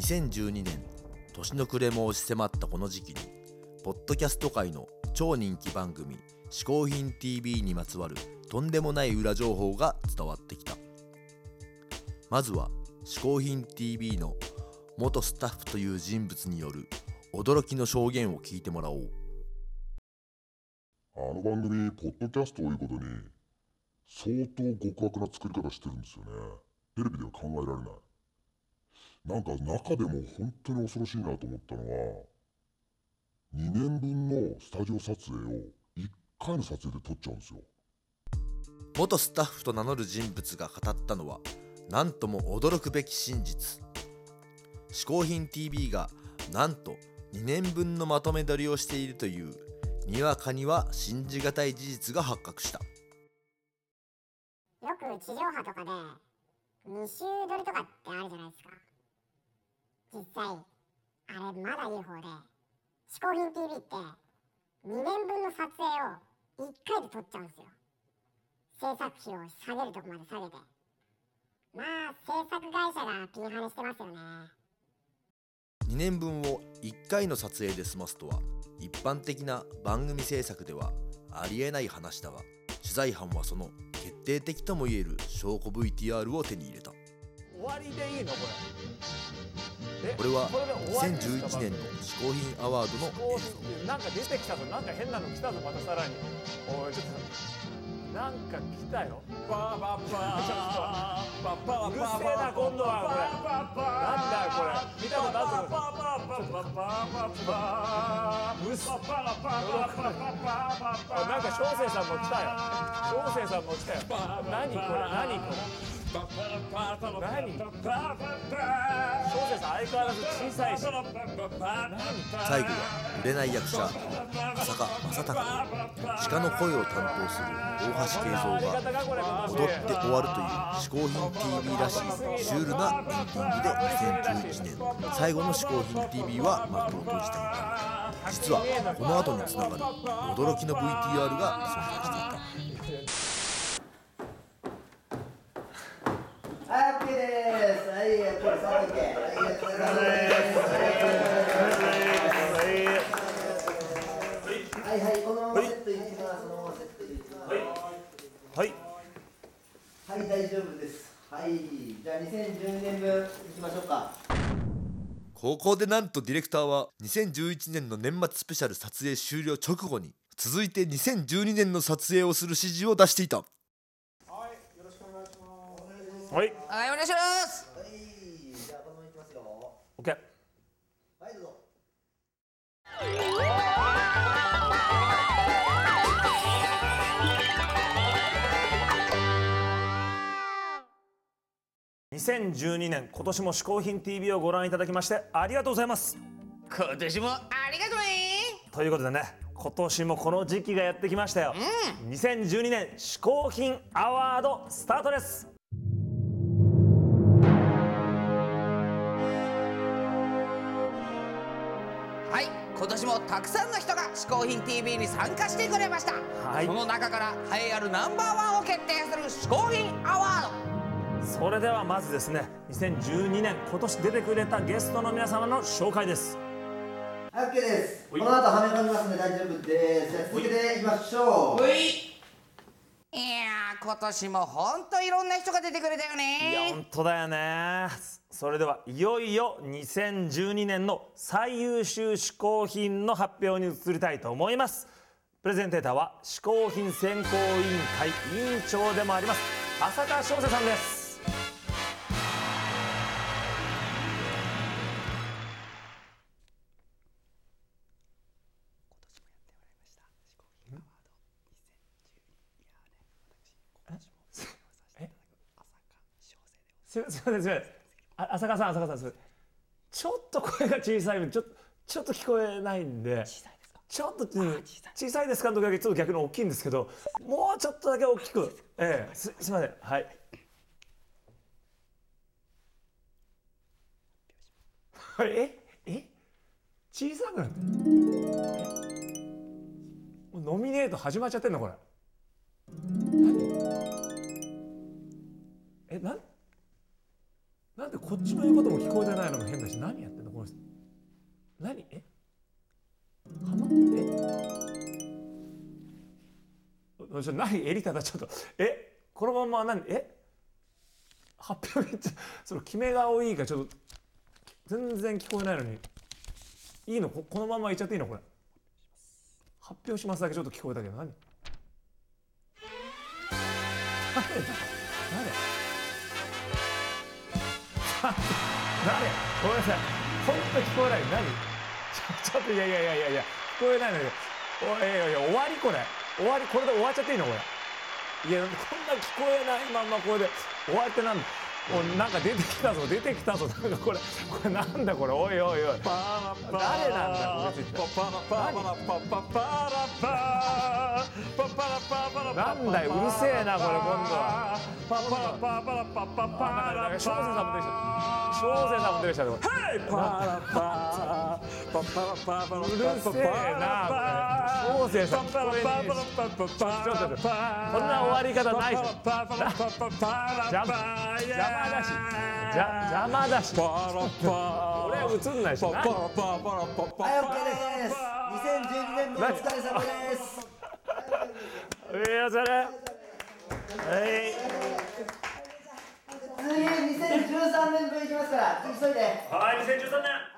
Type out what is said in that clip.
2012年、年の暮れも押し迫ったこの時期に、ポッドキャスト界の超人気番組嗜好品 TV にまつわるとんでもない裏情報が伝わってきた。まずは嗜好品 TV の元スタッフという人物による驚きの証言を聞いてもらおう。 あの番組ポッドキャスト多いことに相当極悪な作り方してるんですよね。テレビでは考えられない。なんか中でも本当に恐ろしいなと思ったのは、2年分のスタジオ撮影を1回の撮影で撮っちゃうんですよ。 元スタッフと名乗る人物が語ったのはなんとも驚くべき真実。嗜好品 TV がなんと2年分のまとめ撮りをしているというにわかには信じがたい事実が発覚した。 よく地上波とかで2週撮りとかってあるじゃないですか。実際あれまだいい方で、嗜好品 TV って2年分の撮影を1回で撮っちゃうんですよ。制作費を下げるとこまで下げて、まあ制作会社がピンハネしてますよね。 2年分を1回の撮影で済ますとは一般的な番組制作ではありえない話だが、取材班はその決定的ともいえる証拠 VTR を手に入れた。 終わりでいいのこれ。 これは2011年の嗜好品アワードの映像。 なんか出てきたぞ、なんか変なの来たぞ、またさらに。おいちょっとなんか来たよ。パーパーパーパー。うるせえな今度はこれ。なんだよこれ。見たことあるぞ。うっす。なんか翔生さんも来たよ。翔生さんも来たよ。何これ何これ。何？翔生さん相変わらず小さいし。 最後は売れない役者浅香正隆と鹿の声を担当する大橋慶三が踊って終わるという嗜好品 TV らしいシュールなエンディングで2011年最後の嗜好品 TV は幕を閉じたのだ。実はこの後につながる驚きの VTR が存在していた。 はい、OK です。はい、これ触って。はい、ありがとうございます。はいはい、このままセットいきます。このままセットいきます。 はい。 はい、大丈夫です。はい、じゃあ2012年分いきましょうか。 ここでなんとディレクターは2011年の年末スペシャル撮影終了直後に続いて2012年の撮影をする指示を出していた。 はい。 はい、お願いします。 はい、じゃあこのままいきますよ。 オッケー。 はい、どうぞ。 2012年今年も嗜好品 TV をご覧いただきましてありがとうございます。 今年もありがとうね。 ということでね、今年もこの時期がやってきましたよ。2012年嗜好品アワードスタートです。 はい、今年もたくさんの人が嗜好品 TV に参加してくれました。 はいその中から栄えあるナンバーワンを決定する嗜好品アワード。 それではまずですね、2012年今年出てくれたゲストの皆様の紹介です。 はい、OK です。この後はめ込みますので大丈夫です。じゃあ続けていきましょう。 いやー、今年もほんといろんな人が出てくれたよいやね。 本当だよね。それではいよいよ2012年の最優秀嗜好品の発表に移りたいと思います。プレゼンテーターは嗜好品選考委員会委員長でもあります浅香翔生さんです。すいませんすいません。浅香さんすいません。ちょっと声が小さいのでちょっと聞こえないんで。ちょっと小さいですかの時だけちょっと逆に大きいんですけど、もうちょっとだけ大きく。すいません。はい。小さくなってる。ノミネート始まっちゃってんのこれ。何？なんでこっちの言うことも聞こえてないのも変だし、何やってんの？ 何エリタだちょっとこのまま発表その決めが多いかちょっと全然聞こえないのにいいのこのままいっちゃっていいのこれ発表しますだけちょっと聞こえたけど何ごめんなさい本当に聞こえない何ちょっといや聞こえないのよ終わりこれ終わりこれで終わっちゃっていいのこれいやこんな聞こえないまんまこれで終わってなんだなんか出てきたぞなんかこれなんだこれおい誰なんだこれなんだようるせえなこれ今度はなんか翔生さんも出てきたうるせえなこれ翔生さん聞こえねえしちょっとこんな終わり方ないじゃん邪魔だし俺は映んないしはい、OK です。2012年のお疲れ様です。次、2013年分いきますから、急いで。 はい、2013年